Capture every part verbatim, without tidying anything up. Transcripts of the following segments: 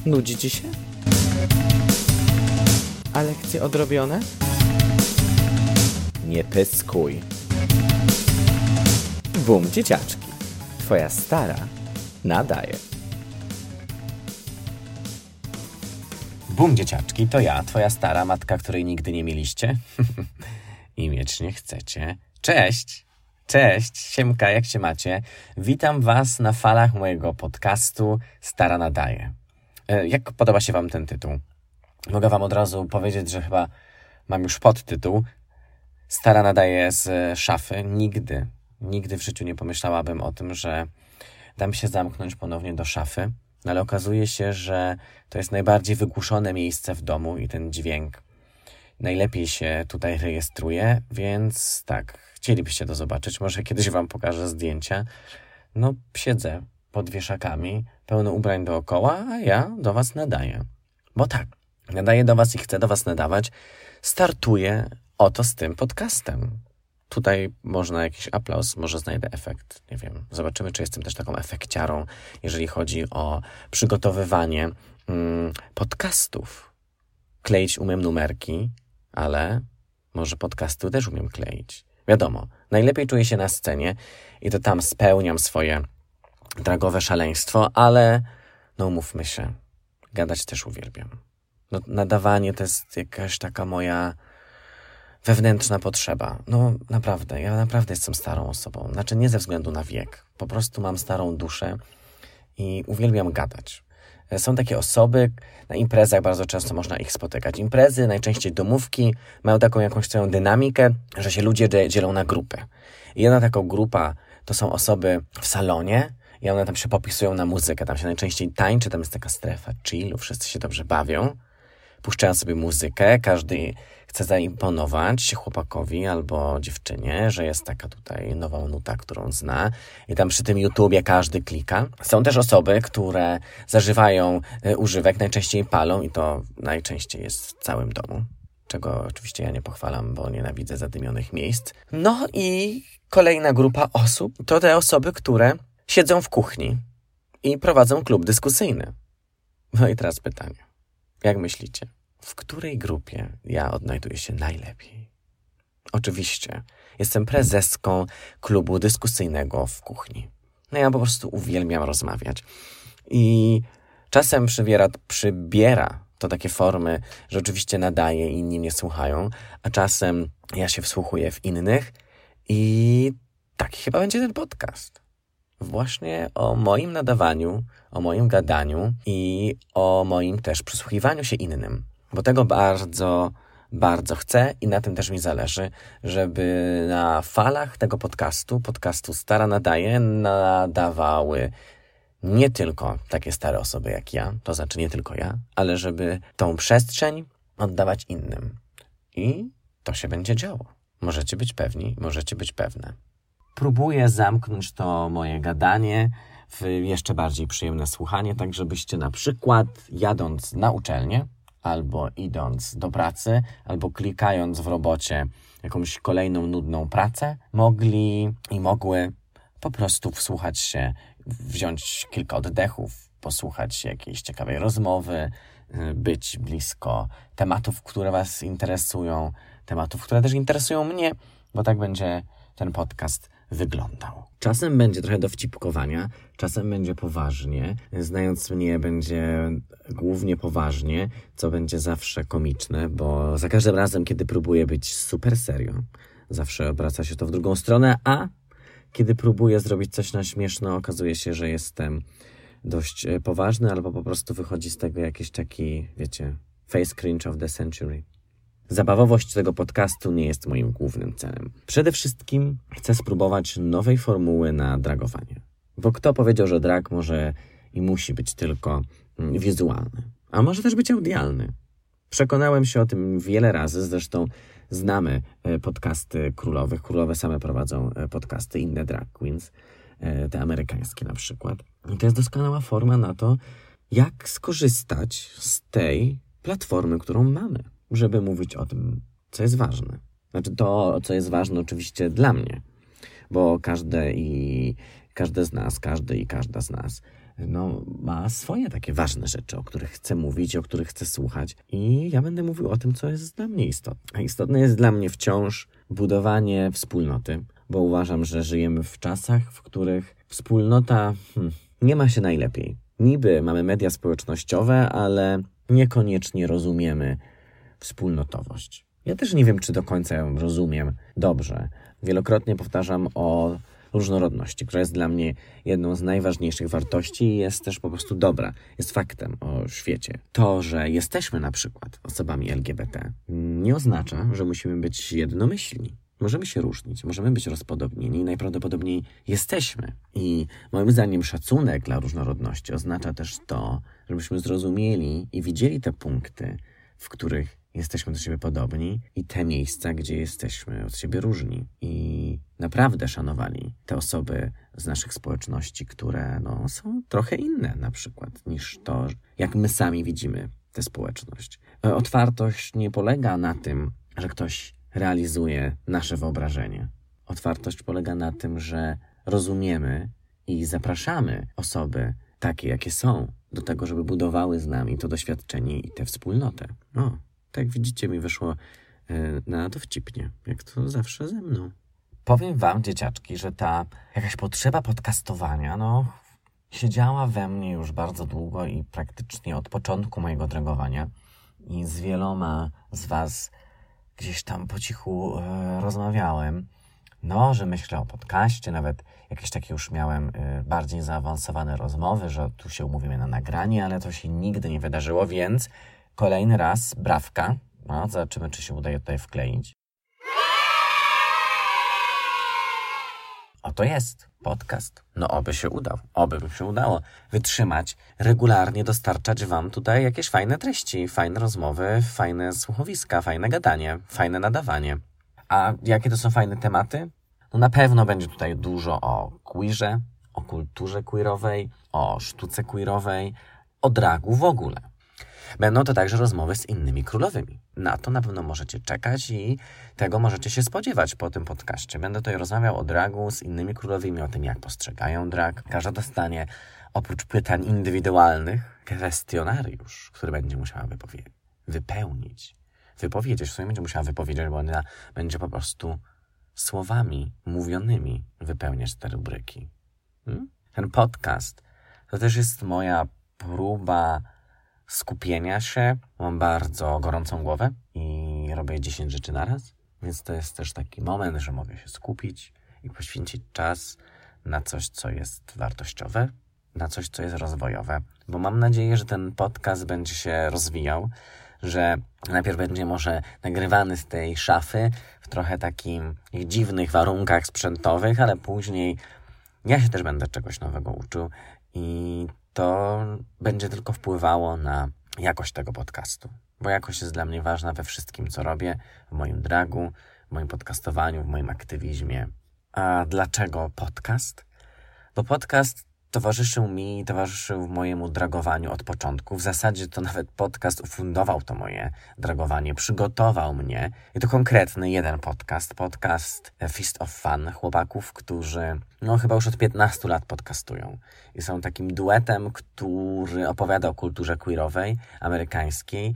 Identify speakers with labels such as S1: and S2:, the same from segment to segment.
S1: Nudzi ci się? A lekcje odrobione? Nie pyskuj. Bum, dzieciaczki. Twoja stara nadaje.
S2: Bum, dzieciaczki, to ja, twoja stara matka, której nigdy nie mieliście i mieć nie chcecie. Cześć! Cześć! Siemka, jak się macie? Witam was na falach mojego podcastu Stara nadaje. Jak podoba się wam ten tytuł? Mogę wam od razu powiedzieć, że chyba mam już podtytuł. Stara nadaje z szafy. Nigdy, nigdy w życiu nie pomyślałabym o tym, że dam się zamknąć ponownie do szafy. No ale okazuje się, że to jest najbardziej wygłuszone miejsce w domu i ten dźwięk najlepiej się tutaj rejestruje, więc tak, chcielibyście to zobaczyć. Może kiedyś wam pokażę zdjęcia. No, siedzę pod wieszakami, pełno ubrań dookoła, a ja do was nadaję. Bo tak, nadaję do was i chcę do was nadawać. Startuję oto z tym podcastem. Tutaj można jakiś aplauz, może znajdę efekt, nie wiem. Zobaczymy, czy jestem też taką efekciarą, jeżeli chodzi o przygotowywanie mm, podcastów. Kleić umiem numerki, ale może podcastu też umiem kleić. Wiadomo, najlepiej czuję się na scenie i to tam spełniam swoje dragowe szaleństwo, ale no umówmy się, gadać też uwielbiam. No, nadawanie to jest jakaś taka moja wewnętrzna potrzeba. No naprawdę, ja naprawdę jestem starą osobą. Znaczy nie ze względu na wiek. Po prostu mam starą duszę i uwielbiam gadać. Są takie osoby, na imprezach bardzo często można ich spotykać. Imprezy, najczęściej domówki, mają taką jakąś swoją dynamikę, że się ludzie dzielą na grupy. I jedna taka grupa to są osoby w salonie i one tam się popisują na muzykę. Tam się najczęściej tańczy, tam jest taka strefa chillu, wszyscy się dobrze bawią. Puszczają sobie muzykę, każdy chce zaimponować chłopakowi albo dziewczynie, że jest taka tutaj nowa nuta, którą zna i tam przy tym YouTubie każdy klika. Są też osoby, które zażywają używek, najczęściej palą i to najczęściej jest w całym domu, czego oczywiście ja nie pochwalam, bo nienawidzę zadymionych miejsc. No i kolejna grupa osób to te osoby, które siedzą w kuchni i prowadzą klub dyskusyjny. No i teraz pytanie. Jak myślicie, w której grupie ja odnajduję się najlepiej? Oczywiście, jestem prezeską klubu dyskusyjnego w kuchni. No ja po prostu uwielbiam rozmawiać. I czasem przybiera, przybiera to takie formy, że oczywiście nadaję i inni mnie słuchają, a czasem ja się wsłuchuję w innych i taki chyba będzie ten podcast. Właśnie o moim nadawaniu, o moim gadaniu i o moim też przysłuchiwaniu się innym. Bo tego bardzo, bardzo chcę i na tym też mi zależy, żeby na falach tego podcastu, podcastu Stara nadaje, nadawały nie tylko takie stare osoby jak ja, to znaczy nie tylko ja, ale żeby tą przestrzeń oddawać innym. I to się będzie działo. Możecie być pewni, możecie być pewne. Próbuję zamknąć to moje gadanie w jeszcze bardziej przyjemne słuchanie, tak żebyście na przykład jadąc na uczelnię, albo idąc do pracy, albo klikając w robocie jakąś kolejną nudną pracę, mogli i mogły po prostu wsłuchać się, wziąć kilka oddechów, posłuchać się jakiejś ciekawej rozmowy, być blisko tematów, które was interesują, tematów, które też interesują mnie, bo tak będzie ten podcast wyglądał. Czasem będzie trochę dowcipkowania, czasem będzie poważnie. Znając mnie, będzie głównie poważnie, co będzie zawsze komiczne, bo za każdym razem, kiedy próbuję być super serio, zawsze obraca się to w drugą stronę, a kiedy próbuję zrobić coś na śmieszno, okazuje się, że jestem dość poważny, albo po prostu wychodzi z tego jakiś taki, wiecie, face cringe of the century. Zabawowość tego podcastu nie jest moim głównym celem. Przede wszystkim chcę spróbować nowej formuły na dragowanie. Bo kto powiedział, że drag może i musi być tylko wizualny, a może też być audialny. Przekonałem się o tym wiele razy, zresztą znamy podcasty królowych. Królowe same prowadzą podcasty, inne drag queens, te amerykańskie na przykład. I to jest doskonała forma na to, jak skorzystać z tej platformy, którą mamy, żeby mówić o tym, co jest ważne. Znaczy to, co jest ważne oczywiście dla mnie, bo każde i każde z nas, każdy i każda z nas no, ma swoje takie ważne rzeczy, o których chce mówić, o których chce słuchać. I ja będę mówił o tym, co jest dla mnie istotne. A istotne jest dla mnie wciąż budowanie wspólnoty, bo uważam, że żyjemy w czasach, w których wspólnota hmm, nie ma się najlepiej. Niby mamy media społecznościowe, ale niekoniecznie rozumiemy wspólnotowość. Ja też nie wiem, czy do końca ją rozumiem dobrze. Wielokrotnie powtarzam o różnorodności, która jest dla mnie jedną z najważniejszych wartości i jest też po prostu dobra. Jest faktem o świecie. To, że jesteśmy na przykład osobami L G B T, nie oznacza, że musimy być jednomyślni. Możemy się różnić, możemy być rozpodobnieni i najprawdopodobniej jesteśmy. I moim zdaniem szacunek dla różnorodności oznacza też to, żebyśmy zrozumieli i widzieli te punkty, w których jesteśmy do siebie podobni i te miejsca, gdzie jesteśmy od siebie różni. I naprawdę szanowali te osoby z naszych społeczności, które no, są trochę inne na przykład niż to, jak my sami widzimy tę społeczność. Otwartość nie polega na tym, że ktoś realizuje nasze wyobrażenie. Otwartość polega na tym, że rozumiemy i zapraszamy osoby takie, jakie są, do tego, żeby budowały z nami to doświadczenie i tę wspólnotę. No, tak widzicie, mi wyszło yy, na dowcipnie, jak to zawsze ze mną. Powiem wam, dzieciaczki, że ta jakaś potrzeba podcastowania, no, siedziała we mnie już bardzo długo i praktycznie od początku mojego dragowania. I z wieloma z was gdzieś tam po cichu yy, rozmawiałem. No, że myślę o podcaście, nawet jakieś takie już miałem yy, bardziej zaawansowane rozmowy, że tu się umówimy na nagranie, ale to się nigdy nie wydarzyło, więc kolejny raz brawka. No, zobaczymy, czy się udaje tutaj wkleić. Oto jest podcast. No, oby się udał. Oby mi się udało wytrzymać, regularnie dostarczać wam tutaj jakieś fajne treści, fajne rozmowy, fajne słuchowiska, fajne gadanie, fajne nadawanie. A jakie to są fajne tematy? No na pewno będzie tutaj dużo o queerze, o kulturze queerowej, o sztuce queerowej, o dragu w ogóle. Będą to także rozmowy z innymi królowymi. Na to na pewno możecie czekać i tego możecie się spodziewać po tym podcaście. Będę tutaj rozmawiał o dragu z innymi królowymi, o tym, jak postrzegają drag. Każda dostanie, oprócz pytań indywidualnych, kwestionariusz, który będzie musiała wypowie- wypełnić. Wypowiedzieć, w sumie będzie musiała wypowiedzieć, bo ona będzie po prostu słowami mówionymi wypełniać te rubryki. Hmm? Ten podcast to też jest moja próba skupienia się. Mam bardzo gorącą głowę i robię dziesięć rzeczy naraz, więc to jest też taki moment, że mogę się skupić i poświęcić czas na coś, co jest wartościowe, na coś, co jest rozwojowe, bo mam nadzieję, że ten podcast będzie się rozwijał, że najpierw będzie może nagrywany z tej szafy w trochę takim dziwnych warunkach sprzętowych, ale później ja się też będę czegoś nowego uczył i to będzie tylko wpływało na jakość tego podcastu. Bo jakość jest dla mnie ważna we wszystkim, co robię, w moim dragu, w moim podcastowaniu, w moim aktywizmie. A dlaczego podcast? Bo podcast towarzyszył mi, towarzyszył mojemu dragowaniu od początku. W zasadzie to nawet podcast ufundował to moje dragowanie, przygotował mnie. I to konkretny jeden podcast, podcast Fist of Fun, chłopaków, którzy no chyba już od piętnastu lat podcastują. I są takim duetem, który opowiada o kulturze queerowej, amerykańskiej,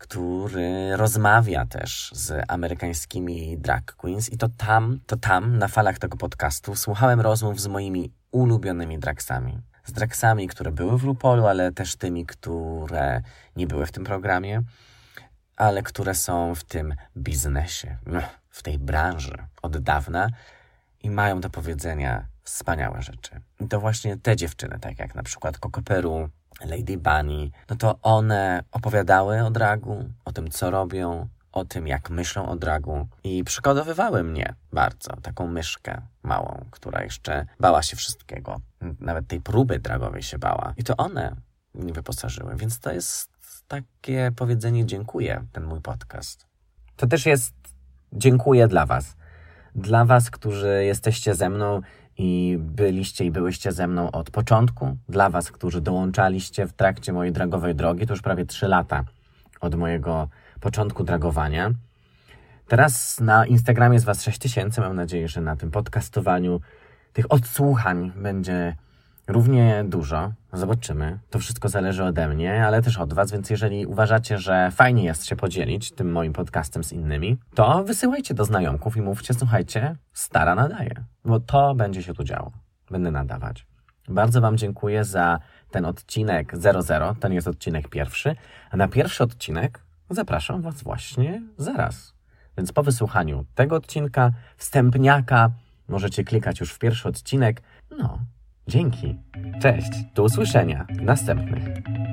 S2: który rozmawia też z amerykańskimi drag queens. I to tam, to tam, na falach tego podcastu słuchałem rozmów z moimi ulubionymi dragsami. Z dragsami, które były w RuPaulu, ale też tymi, które nie były w tym programie, ale które są w tym biznesie, w tej branży od dawna i mają do powiedzenia wspaniałe rzeczy. I to właśnie te dziewczyny, tak jak na przykład Coco Peru, Lady Bunny, no to one opowiadały o dragu, o tym, co robią, o tym, jak myślą o dragu i przygotowywały mnie bardzo, taką myszkę małą, która jeszcze bała się wszystkiego. Nawet tej próby dragowej się bała. I to one mnie wyposażyły, więc to jest takie powiedzenie dziękuję, ten mój podcast. To też jest dziękuję dla was. Dla was, którzy jesteście ze mną i byliście i byłyście ze mną od początku. Dla was, którzy dołączaliście w trakcie mojej dragowej drogi, to już prawie trzy lata od mojego początku dragowania. Teraz na Instagramie jest was sześć tysięcy. Mam nadzieję, że na tym podcastowaniu tych odsłuchań będzie równie dużo. Zobaczymy. To wszystko zależy ode mnie, ale też od was, więc jeżeli uważacie, że fajnie jest się podzielić tym moim podcastem z innymi, to wysyłajcie do znajomków i mówcie, słuchajcie, Stara nadaje, bo to będzie się tu działo. Będę nadawać. Bardzo wam dziękuję za ten odcinek zero zero, ten jest odcinek pierwszy, a na pierwszy odcinek zapraszam was właśnie zaraz. Więc po wysłuchaniu tego odcinka, wstępniaka, możecie klikać już w pierwszy odcinek. No, dzięki. Cześć, do usłyszenia w następnych.